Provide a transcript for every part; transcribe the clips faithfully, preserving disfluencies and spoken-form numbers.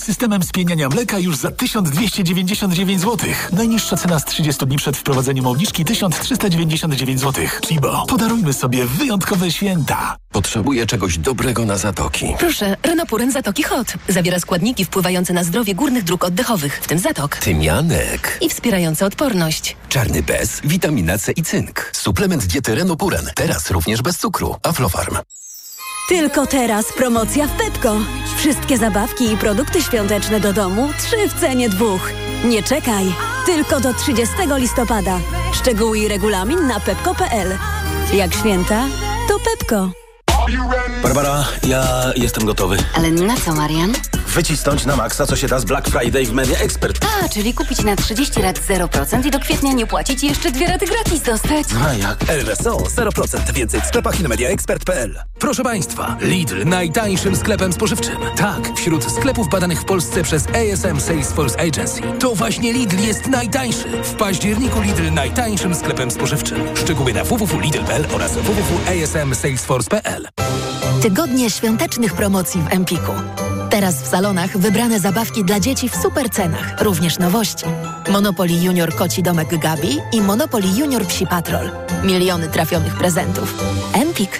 systemem spieniania mleka już za tysiąc dwieście dziewięćdziesiąt dziewięć złotych. Najniższa cena z trzydziestu dni przed wprowadzeniem obniżki tysiąc trzysta dziewięćdziesiąt dziewięć złotych. Kibo, podarujmy sobie wyjątkowe święta. Potrzebuję czegoś dobrego na zatoki. Proszę, Renopuren Zatoki Hot. Zawiera składniki wpływające na zdrowie górnych dróg oddechowych, w tym zatok. Tymianek. I wspierające odporność. Czarny bez, witamina C i cynk. Suplement diety Renopuren. Teraz również bez cukru. Aflofarm. Tylko teraz promocja w Pepko. Wszystkie zabawki i produkty świąteczne do domu, trzy w cenie dwóch. Nie czekaj. Tylko do trzydziestego listopada. Szczegóły i regulamin na pepko kropka p l. Jak święta, to Pepko. Barbara, ja jestem gotowy. Ale na co, Marian? Wycisnąć na maksa, co się da z Black Friday w Media Expert. A, czyli kupić na trzydzieści rat zero procent i do kwietnia nie płacić i jeszcze dwie raty gratis dostać. A jak? R S O zero procent. Więcej w sklepach i na media expert kropka p l. Proszę Państwa, Lidl najtańszym sklepem spożywczym. Tak, wśród sklepów badanych w Polsce przez A S M Salesforce Agency. To właśnie Lidl jest najtańszy. W październiku Lidl najtańszym sklepem spożywczym. Szczegóły na w w w kropka lidl kropka p l oraz w w w kropka a s m salesforce kropka p l. Tygodnie świątecznych promocji w Empiku. Teraz w salonach wybrane zabawki dla dzieci w super cenach. Również nowości. Monopoly Junior Koci Domek Gabi i Monopoly Junior Psi Patrol. Miliony trafionych prezentów. Empik.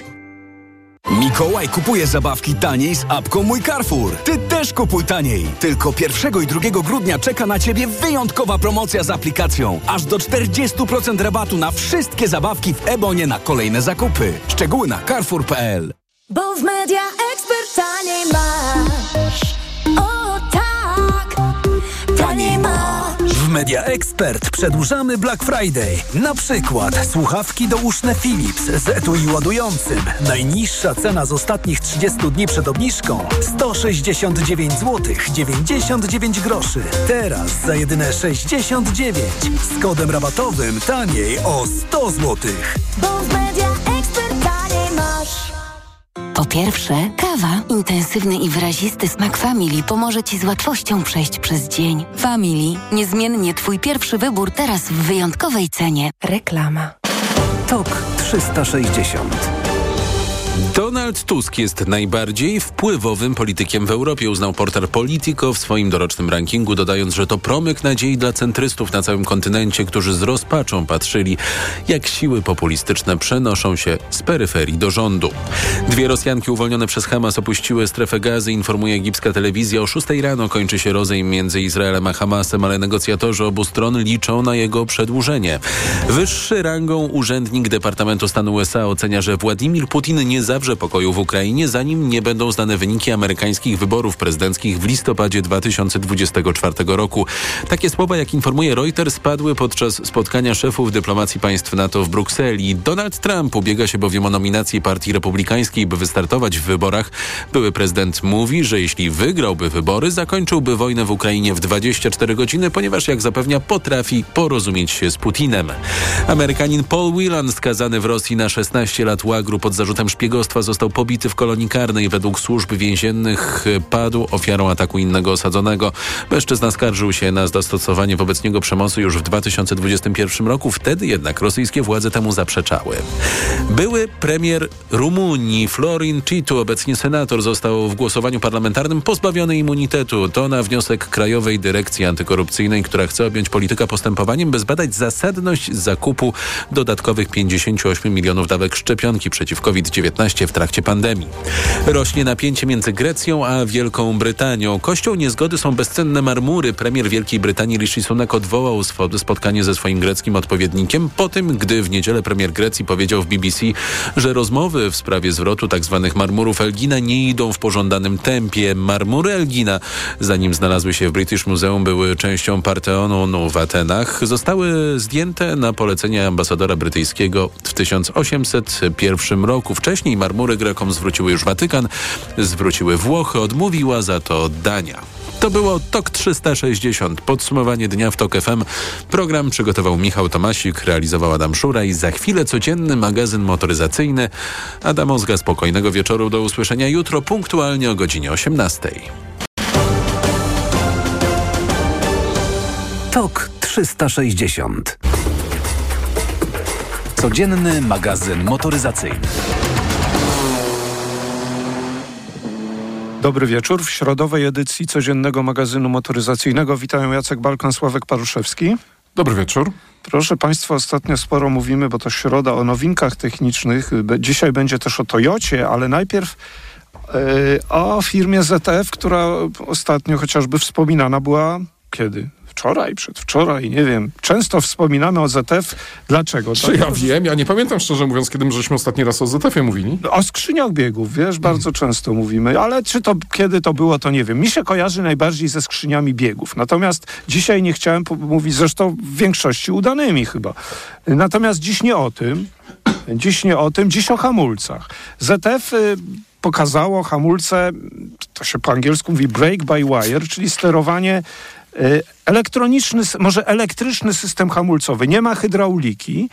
Mikołaj kupuje zabawki taniej z apką Mój Carrefour. Ty też kupuj taniej. Tylko pierwszego i drugiego grudnia czeka na Ciebie wyjątkowa promocja z aplikacją. Aż do czterdzieści procent rabatu na wszystkie zabawki w Ebonie na kolejne zakupy. Szczegóły na carrefour kropka p l. Bo w Media Expert taniej masz. O tak, taniej masz. W Media Expert przedłużamy Black Friday. Na przykład słuchawki douszne Philips z etui ładującym. Najniższa cena z ostatnich trzydziestu dni przed obniżką sto sześćdziesiąt dziewięć złotych dziewięćdziesiąt dziewięć groszy. Teraz za jedyne sześćdziesiąt dziewięć. Z kodem rabatowym taniej o sto złotych. Bo w Media Expert taniej masz. Po pierwsze, kawa. Intensywny i wyrazisty smak Family pomoże Ci z łatwością przejść przez dzień. Family. Niezmiennie Twój pierwszy wybór teraz w wyjątkowej cenie. Reklama. Tok trzysta sześćdziesiąt. Donald Tusk jest najbardziej wpływowym politykiem w Europie, uznał portal Politico w swoim dorocznym rankingu, dodając, że to promyk nadziei dla centrystów na całym kontynencie, którzy z rozpaczą patrzyli, jak siły populistyczne przenoszą się z peryferii do rządu. Dwie Rosjanki uwolnione przez Hamas opuściły strefę Gazy, informuje egipska telewizja. O szóstej rano kończy się rozejm między Izraelem a Hamasem, ale negocjatorzy obu stron liczą na jego przedłużenie. Wyższy rangą urzędnik Departamentu Stanu U S A ocenia, że Władimir Putin nie zawrze pokoju w Ukrainie, zanim nie będą znane wyniki amerykańskich wyborów prezydenckich w listopadzie dwa tysiące dwudziestego czwartego roku. Takie słowa, jak informuje Reuters, padły podczas spotkania szefów dyplomacji państw NATO w Brukseli. Donald Trump ubiega się bowiem o nominację Partii Republikańskiej, by wystartować w wyborach. Były prezydent mówi, że jeśli wygrałby wybory, zakończyłby wojnę w Ukrainie w dwadzieścia cztery godziny, ponieważ, jak zapewnia, potrafi porozumieć się z Putinem. Amerykanin Paul Whelan, skazany w Rosji na szesnaście lat łagru pod zarzutem szpiegostwa, został pobity w kolonii karnej. Według służb więziennych padł ofiarą ataku innego osadzonego. Mężczyzna skarżył się na zastosowanie wobec niego przemocy już w dwa tysiące dwudziestym pierwszym roku. Wtedy jednak rosyjskie władze temu zaprzeczały. Były premier Rumunii Florin Citu, obecnie senator, został w głosowaniu parlamentarnym pozbawiony immunitetu. To na wniosek Krajowej Dyrekcji Antykorupcyjnej, która chce objąć polityka postępowaniem, by zbadać zasadność zakupu dodatkowych pięćdziesięciu ośmiu milionów dawek szczepionki przeciw COVID dziewiętnaście w trakcie pandemii. Rośnie napięcie między Grecją a Wielką Brytanią. Kością niezgody są bezcenne marmury. Premier Wielkiej Brytanii Rishi Sunak odwołał spotkanie ze swoim greckim odpowiednikiem po tym, gdy w niedzielę premier Grecji powiedział w B B C, że rozmowy w sprawie zwrotu tzw. marmurów Elgina nie idą w pożądanym tempie. Marmury Elgina, zanim znalazły się w British Museum, były częścią Partenonu w Atenach. Zostały zdjęte na polecenie ambasadora brytyjskiego w tysiąc osiemset pierwszym roku. Wcześniej marmury Grekom zwróciły już Watykan, zwróciły Włochy, odmówiła za to Dania. To było Tok trzysta sześćdziesiąt. Podsumowanie dnia w Tok F M. Program przygotował Michał Tomasik, realizował Adam Szura i za chwilę codzienny magazyn motoryzacyjny. Adam Ozga, spokojnego wieczoru, do usłyszenia jutro punktualnie o godzinie osiemnastej. Tok trzysta sześćdziesiąt. Codzienny magazyn motoryzacyjny. Dobry wieczór. W środowej edycji codziennego magazynu motoryzacyjnego witają Jacek Balkan, Sławek Paruszewski. Dobry wieczór. Proszę Państwa, ostatnio sporo mówimy, bo to środa, o nowinkach technicznych. Dzisiaj będzie też o Toyocie, ale najpierw yy, o firmie Z F, która ostatnio chociażby wspominana była kiedy? Wczoraj, przedwczoraj, nie wiem. Często wspominamy o Z F. Dlaczego? Czy ja wiem? Ja nie pamiętam, szczerze mówiąc, kiedy żeśmy ostatni raz o Z F-ie mówili. O skrzyniach biegów, wiesz, bardzo często mówimy, ale czy to, kiedy to było, to nie wiem. Mi się kojarzy najbardziej ze skrzyniami biegów. Natomiast dzisiaj nie chciałem mówić, zresztą w większości udanymi chyba. Natomiast dziś nie o tym. Dziś nie o tym, dziś o hamulcach. Z F y, pokazało hamulce, to się po angielsku mówi brake by wire, czyli sterowanie elektroniczny, może elektryczny system hamulcowy. Nie ma hydrauliki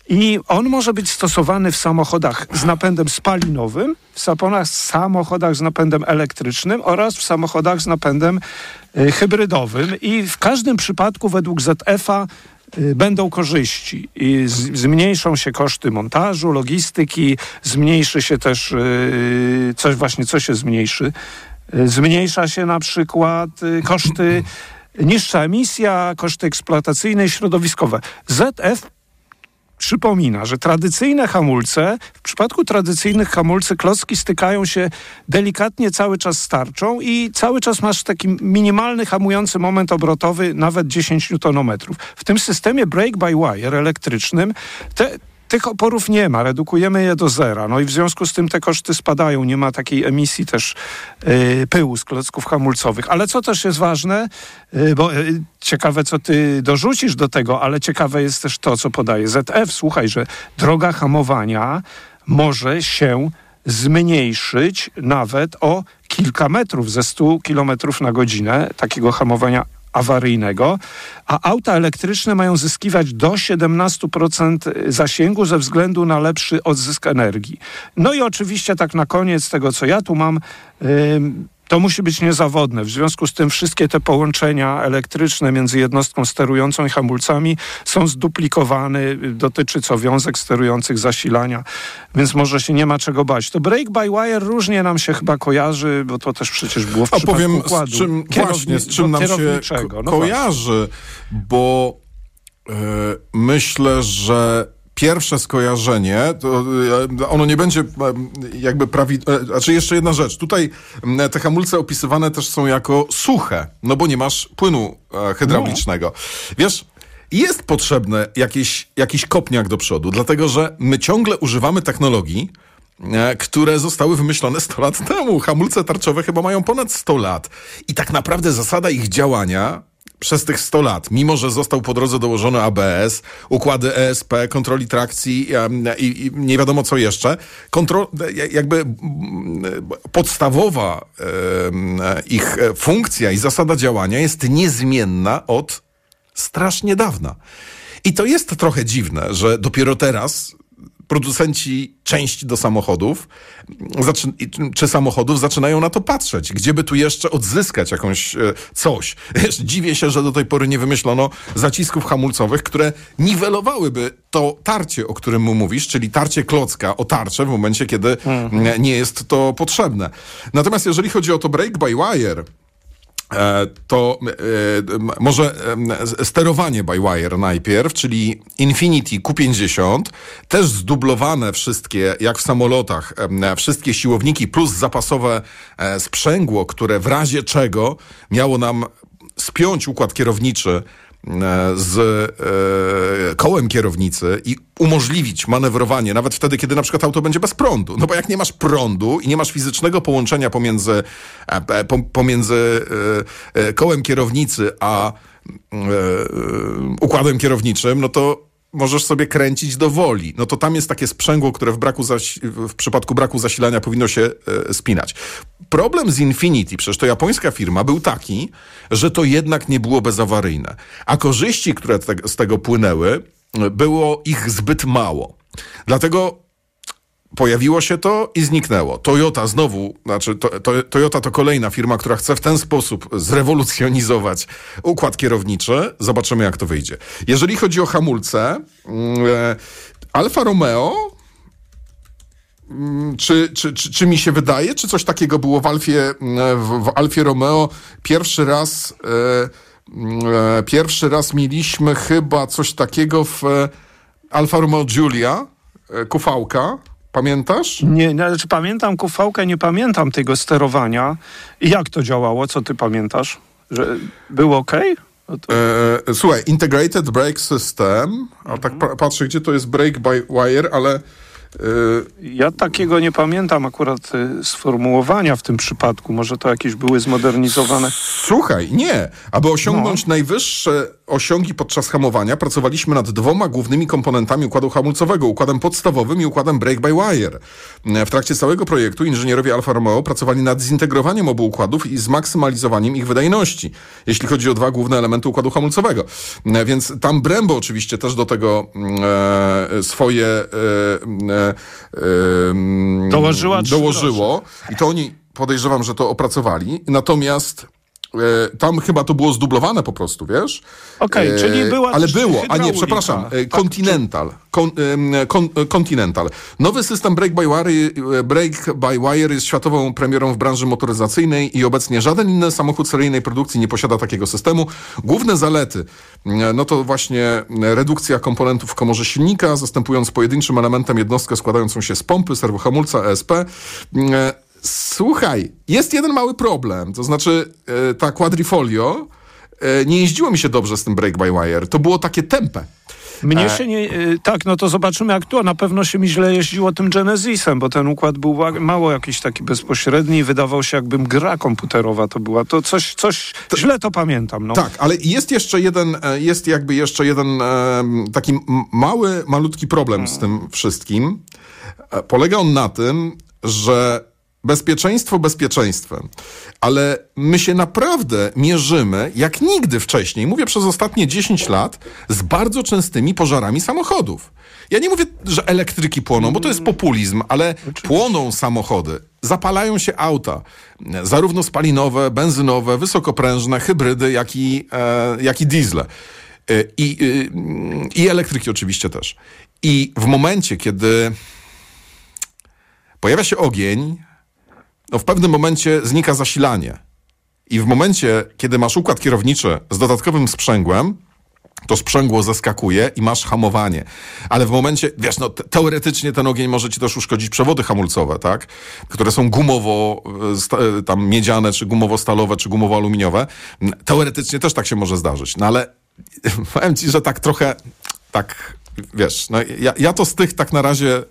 i on może być stosowany w samochodach z napędem spalinowym, w samochodach z napędem elektrycznym oraz w samochodach z napędem y, hybrydowym. I w każdym przypadku według Z F-a y, będą korzyści. I z, zmniejszą się koszty montażu, logistyki, zmniejszy się też y, coś właśnie, co się zmniejszy. Y, zmniejsza się na przykład y, koszty niższa emisja, koszty eksploatacyjne i środowiskowe. Z F przypomina, że tradycyjne hamulce, w przypadku tradycyjnych hamulcy klocki stykają się delikatnie cały czas z tarczą i cały czas masz taki minimalny hamujący moment obrotowy, nawet dziesięć niutonometrów. W tym systemie brake by wire elektrycznym te tych oporów nie ma, redukujemy je do zera. No i w związku z tym te koszty spadają. Nie ma takiej emisji też y, pyłu z klocków hamulcowych. Ale co też jest ważne, y, bo y, ciekawe, co ty dorzucisz do tego, ale ciekawe jest też to, co podaje Z F. Słuchaj, że droga hamowania może się zmniejszyć nawet o kilka metrów, ze stu kilometrów na godzinę takiego hamowania awaryjnego, a auta elektryczne mają zyskiwać do siedemnaście procent zasięgu ze względu na lepszy odzysk energii. No i oczywiście tak na koniec tego, co ja tu mam, yy, to musi być niezawodne. W związku z tym wszystkie te połączenia elektryczne między jednostką sterującą i hamulcami są zduplikowane. Dotyczy co wiązek sterujących, zasilania, więc może się nie ma czego bać. To brake by wire różnie nam się chyba kojarzy, bo to też przecież było w A przypadku powiem, układu. z czym, Kierowni- właśnie, z czym nam się ko- no kojarzy, bo yy, myślę, że pierwsze skojarzenie, to ono nie będzie jakby prawidłowe. Znaczy jeszcze jedna rzecz. Tutaj te hamulce opisywane też są jako suche, no bo nie masz płynu hydraulicznego. No. Wiesz, jest potrzebny jakiś, jakiś kopniak do przodu, dlatego że my ciągle używamy technologii, które zostały wymyślone sto lat temu. Hamulce tarczowe chyba mają ponad sto lat. I tak naprawdę zasada ich działania przez tych sto lat, mimo że został po drodze dołożony A B S, układy E S P, kontroli trakcji i, i, i nie wiadomo co jeszcze, kontro, jakby podstawowa e, ich funkcja i zasada działania jest niezmienna od strasznie dawna. I to jest trochę dziwne, że dopiero teraz producenci części do samochodów zaczy- czy samochodów zaczynają na to patrzeć. Gdzie by tu jeszcze odzyskać jakąś e, coś. Wiesz, dziwię się, że do tej pory nie wymyślono zacisków hamulcowych, które niwelowałyby to tarcie, o którym mu mówisz, czyli tarcie klocka o tarczę w momencie, kiedy mhm. nie jest to potrzebne. Natomiast jeżeli chodzi o to brake by wire, to e, może e, sterowanie by wire najpierw, czyli Infiniti Q pięćdziesiąt, też zdublowane wszystkie, jak w samolotach, e, wszystkie siłowniki plus zapasowe e, sprzęgło, które w razie czego miało nam spiąć układ kierowniczy z e, kołem kierownicy i umożliwić manewrowanie, nawet wtedy, kiedy na przykład auto będzie bez prądu. No bo jak nie masz prądu i nie masz fizycznego połączenia pomiędzy, e, po, pomiędzy e, e, kołem kierownicy a e, układem kierowniczym, no to możesz sobie kręcić do woli. No to tam jest takie sprzęgło, które w, braku zasi- w przypadku braku zasilania powinno się e, spinać. Problem z Infiniti, przecież to japońska firma, był taki, że to jednak nie było bezawaryjne. A korzyści, które te, z tego płynęły, było ich zbyt mało. Dlatego pojawiło się to i zniknęło. Toyota znowu, znaczy to, to, Toyota to kolejna firma, która chce w ten sposób zrewolucjonizować układ kierowniczy. Zobaczymy, jak to wyjdzie. Jeżeli chodzi o hamulce, e, Alfa Romeo czy, czy, czy, czy mi się wydaje, czy coś takiego było w Alfie, w, w Alfie Romeo pierwszy raz, e, e, pierwszy raz mieliśmy chyba coś takiego w Alfa Romeo Giulia, Q V-ka. Pamiętasz? Nie, znaczy pamiętam Q V-kę, nie pamiętam tego sterowania. I jak to działało? Co ty pamiętasz? Że było ok? No to... e, słuchaj, Integrated Brake System, a mhm. tak pa- patrzę, gdzie to jest brake by wire, ale ja takiego nie pamiętam akurat sformułowania w tym przypadku. Może to jakieś były zmodernizowane. Słuchaj, nie. Aby osiągnąć no. najwyższe osiągi podczas hamowania, pracowaliśmy nad dwoma głównymi komponentami układu hamulcowego. Układem podstawowym i układem brake by wire. W trakcie całego projektu inżynierowie Alfa Romeo pracowali nad zintegrowaniem obu układów i zmaksymalizowaniem ich wydajności, jeśli chodzi o dwa główne elementy układu hamulcowego. Więc tam Brembo oczywiście też do tego e, swoje e, e, Dołożyła, dołożyło. I to oni, podejrzewam, że to opracowali. Natomiast e, tam chyba to było zdublowane po prostu, wiesz? Okej, okay, czyli była ale było, a nie, przepraszam, tak, Continental. Con, con, Continental. Nowy system Brake by Wire, Brake by Wire jest światową premierą w branży motoryzacyjnej i obecnie żaden inny samochód seryjnej produkcji nie posiada takiego systemu. Główne zalety, no to właśnie redukcja komponentów w komorze silnika, zastępując pojedynczym elementem jednostkę składającą się z pompy, serwohamulca, E S P. Słuchaj, jest jeden mały problem, to znaczy ta Quadrifoglio nie jeździło mi się dobrze z tym Brake by Wire. To było takie tempe. Mnie się nie... Tak, no to zobaczymy jak to. Na pewno się mi źle jeździło tym Genesisem, bo ten układ był mało jakiś taki bezpośredni i wydawał się jakbym gra komputerowa to była. To coś, coś to, źle to pamiętam. No. Tak, ale jest jeszcze jeden, jest jakby jeszcze jeden taki mały, malutki problem hmm. z tym wszystkim. Polega on na tym, że bezpieczeństwo bezpieczeństwem, ale my się naprawdę mierzymy, jak nigdy wcześniej, mówię przez ostatnie dziesięć lat, z bardzo częstymi pożarami samochodów. Ja nie mówię, że elektryki płoną, bo to jest populizm, ale płoną samochody, zapalają się auta, zarówno spalinowe, benzynowe, wysokoprężne, hybrydy, jak i, e, jak i diesle. I, i, I elektryki oczywiście też. I w momencie, kiedy pojawia się ogień, no w pewnym momencie znika zasilanie. I w momencie, kiedy masz układ kierowniczy z dodatkowym sprzęgłem, to sprzęgło zeskakuje i masz hamowanie. Ale w momencie, wiesz, no te, teoretycznie ten ogień może ci też uszkodzić przewody hamulcowe, tak? Które są gumowo sta, tam miedziane, czy gumowo-stalowe, czy gumowo-aluminiowe. Teoretycznie też tak się może zdarzyć. No ale powiem ci, że tak trochę, tak... Wiesz, no ja, ja to z tych tak na razie e,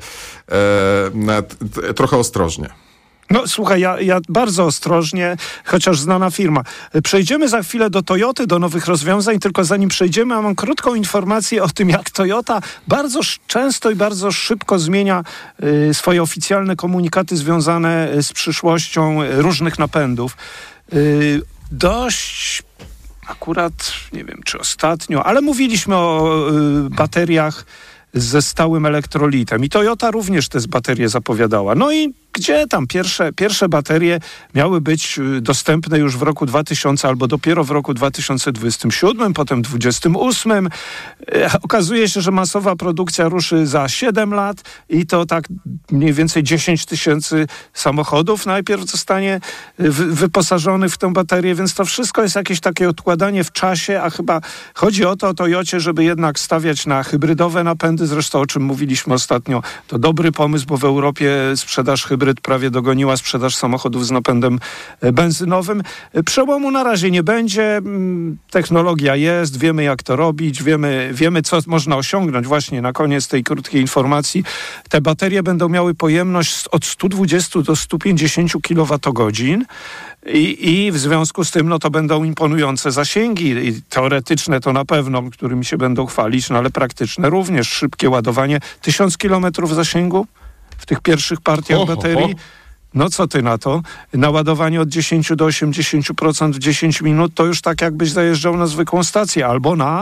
e, t, trochę ostrożnie. No słuchaj, ja, ja bardzo ostrożnie, chociaż znana firma. Przejdziemy za chwilę do Toyoty, do nowych rozwiązań, tylko zanim przejdziemy, mam krótką informację o tym, jak Toyota bardzo często i bardzo szybko zmienia y, swoje oficjalne komunikaty związane z przyszłością różnych napędów. Y, dość... Akurat, nie wiem, czy ostatnio, ale mówiliśmy o y, bateriach ze stałym elektrolitem. I Toyota również te baterie zapowiadała. No i gdzie tam pierwsze, pierwsze baterie miały być dostępne już w roku dwutysięcznym albo dopiero w roku dwa tysiące dwudziestym siódmym, potem dwudziestym ósmym. E, okazuje się, że masowa produkcja ruszy za siedem lat i to tak mniej więcej dziesięć tysięcy samochodów najpierw zostanie w, wyposażonych w tę baterię, więc to wszystko jest jakieś takie odkładanie w czasie, a chyba chodzi o to o Toyocie, żeby jednak stawiać na hybrydowe napędy, zresztą o czym mówiliśmy ostatnio. To dobry pomysł, bo w Europie sprzedaż hybryd prawie dogoniła sprzedaż samochodów z napędem benzynowym. Przełomu na razie nie będzie. Technologia jest, wiemy jak to robić, wiemy, wiemy co można osiągnąć. Właśnie na koniec tej krótkiej informacji. Te baterie będą miały pojemność od stu dwudziestu do stu pięćdziesięciu kilowatogodzin. I, I w związku z tym no to będą imponujące zasięgi. I teoretyczne to na pewno, którymi się będą chwalić, no ale praktyczne również. Szybkie ładowanie. Tysiąc kilometrów zasięgu w tych pierwszych partiach ho, ho, baterii. Ho. No co ty na to? Naładowanie od dziesięciu do osiemdziesięciu procent w dziesięć minut to już tak jakbyś zajeżdżał na zwykłą stację albo na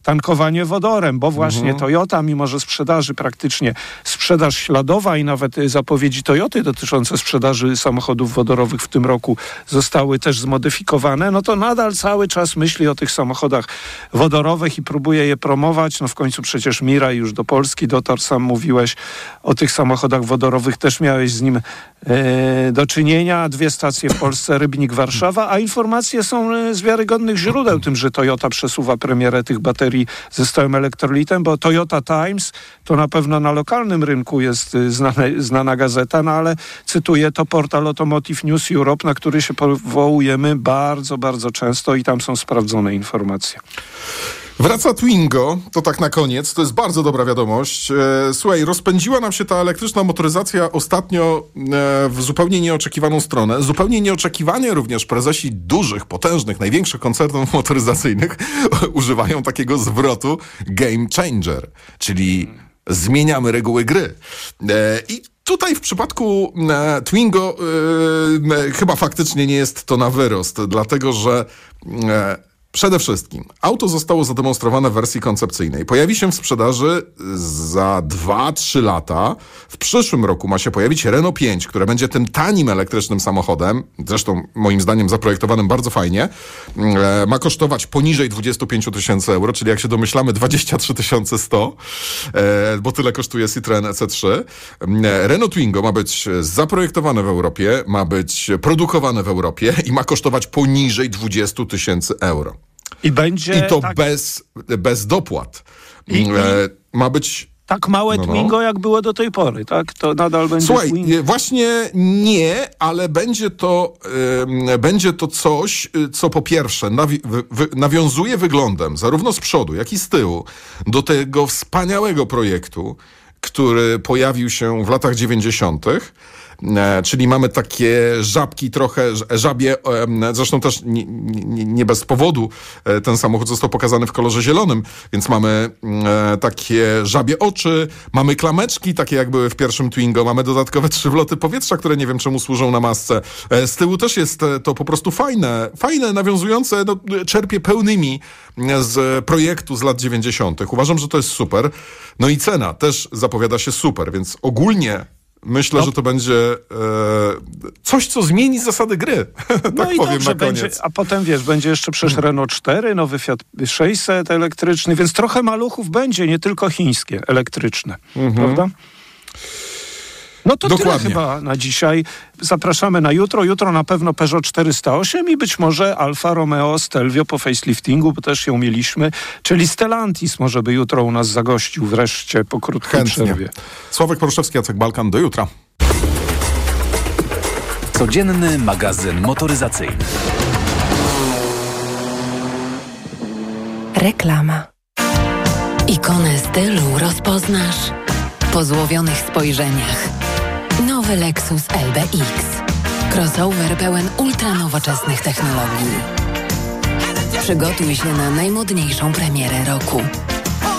tankowanie wodorem, bo właśnie mhm. Toyota, mimo że sprzedaży praktycznie sprzedaż śladowa i nawet zapowiedzi Toyoty dotyczące sprzedaży samochodów wodorowych w tym roku zostały też zmodyfikowane, no to nadal cały czas myśli o tych samochodach wodorowych i próbuje je promować. No w końcu przecież Mirai już do Polski dotarł, sam mówiłeś o tych samochodach wodorowych, też miałeś z nim e, do czynienia. Dwie stacje w Polsce, Rybnik, Warszawa, a informacje są z wiarygodnych źródeł, tym, że Toyota przesuwa premierę tych baterii ze stałym elektrolitem, bo Toyota Times to na pewno na lokalnym rynku jest znane, znana gazeta, no ale cytuję, to portal Automotive News Europe, na który się powołujemy bardzo, bardzo często i tam są sprawdzone informacje. Wraca Twingo, to tak na koniec, to jest bardzo dobra wiadomość. E, słuchaj, rozpędziła nam się ta elektryczna motoryzacja ostatnio e, w zupełnie nieoczekiwaną stronę. Zupełnie nieoczekiwanie również prezesi dużych, potężnych, największych koncernów motoryzacyjnych używają takiego zwrotu game changer, czyli zmieniamy reguły gry. E, I tutaj w przypadku e, Twingo e, e, chyba faktycznie nie jest to na wyrost, dlatego że e, przede wszystkim auto zostało zademonstrowane w wersji koncepcyjnej. Pojawi się w sprzedaży za dwa trzy lata. W przyszłym roku ma się pojawić Renault pięć, które będzie tym tanim elektrycznym samochodem, zresztą moim zdaniem zaprojektowanym bardzo fajnie. E, ma kosztować poniżej dwadzieścia pięć tysięcy euro, czyli jak się domyślamy dwadzieścia trzy tysiące sto, e, bo tyle kosztuje Citroen E C trzy. E, Renault Twingo ma być zaprojektowane w Europie, ma być produkowane w Europie i ma kosztować poniżej dwadzieścia tysięcy euro. I będzie... I to tak... bez, bez dopłat. I, e, ma być... Tak małe no, no. Twingo, jak było do tej pory, tak? To nadal będzie... Słuchaj, Twingo. właśnie nie, ale będzie to, y, będzie to coś, co po pierwsze nawi- wy- nawiązuje wyglądem, zarówno z przodu, jak i z tyłu, do tego wspaniałego projektu, który pojawił się w latach dziewięćdziesiątych. E, czyli mamy takie żabki trochę, żabie, e, zresztą też nie, nie, nie bez powodu e, ten samochód został pokazany w kolorze zielonym, więc mamy e, takie żabie oczy, mamy klameczki, takie jak były w pierwszym Twingo, mamy dodatkowe trzy wloty powietrza, które nie wiem czemu służą na masce. E, z tyłu też jest to po prostu fajne, fajne, nawiązujące, no, czerpie pełnymi z projektu z lat dziewięćdziesiątych. Uważam, że to jest super. No i cena też zapowiada się super, więc ogólnie myślę, no. że to będzie e, coś, co zmieni zasady gry. tak no i powiem dobrze, na koniec. Będzie, a potem wiesz, będzie jeszcze przecież Renault cztery, nowy Fiat sześćset elektryczny, więc trochę maluchów będzie, nie tylko chińskie, elektryczne. Mhm. Prawda? No to Dokładnie. tyle chyba na dzisiaj. Zapraszamy na jutro. Jutro na pewno Peugeot czterysta osiem i być może Alfa Romeo Stelvio po faceliftingu, bo też ją mieliśmy. Czyli Stellantis może by jutro u nas zagościł wreszcie po krótkiej Chętnie. przerwie. Sławek Poruszewski, Jacek Balkan. Do jutra. Codzienny magazyn motoryzacyjny. Reklama. Ikonę stylu rozpoznasz po złowionych spojrzeniach. Nowy Lexus L B X. Crossover pełen ultranowoczesnych technologii. Przygotuj się na najmodniejszą premierę roku.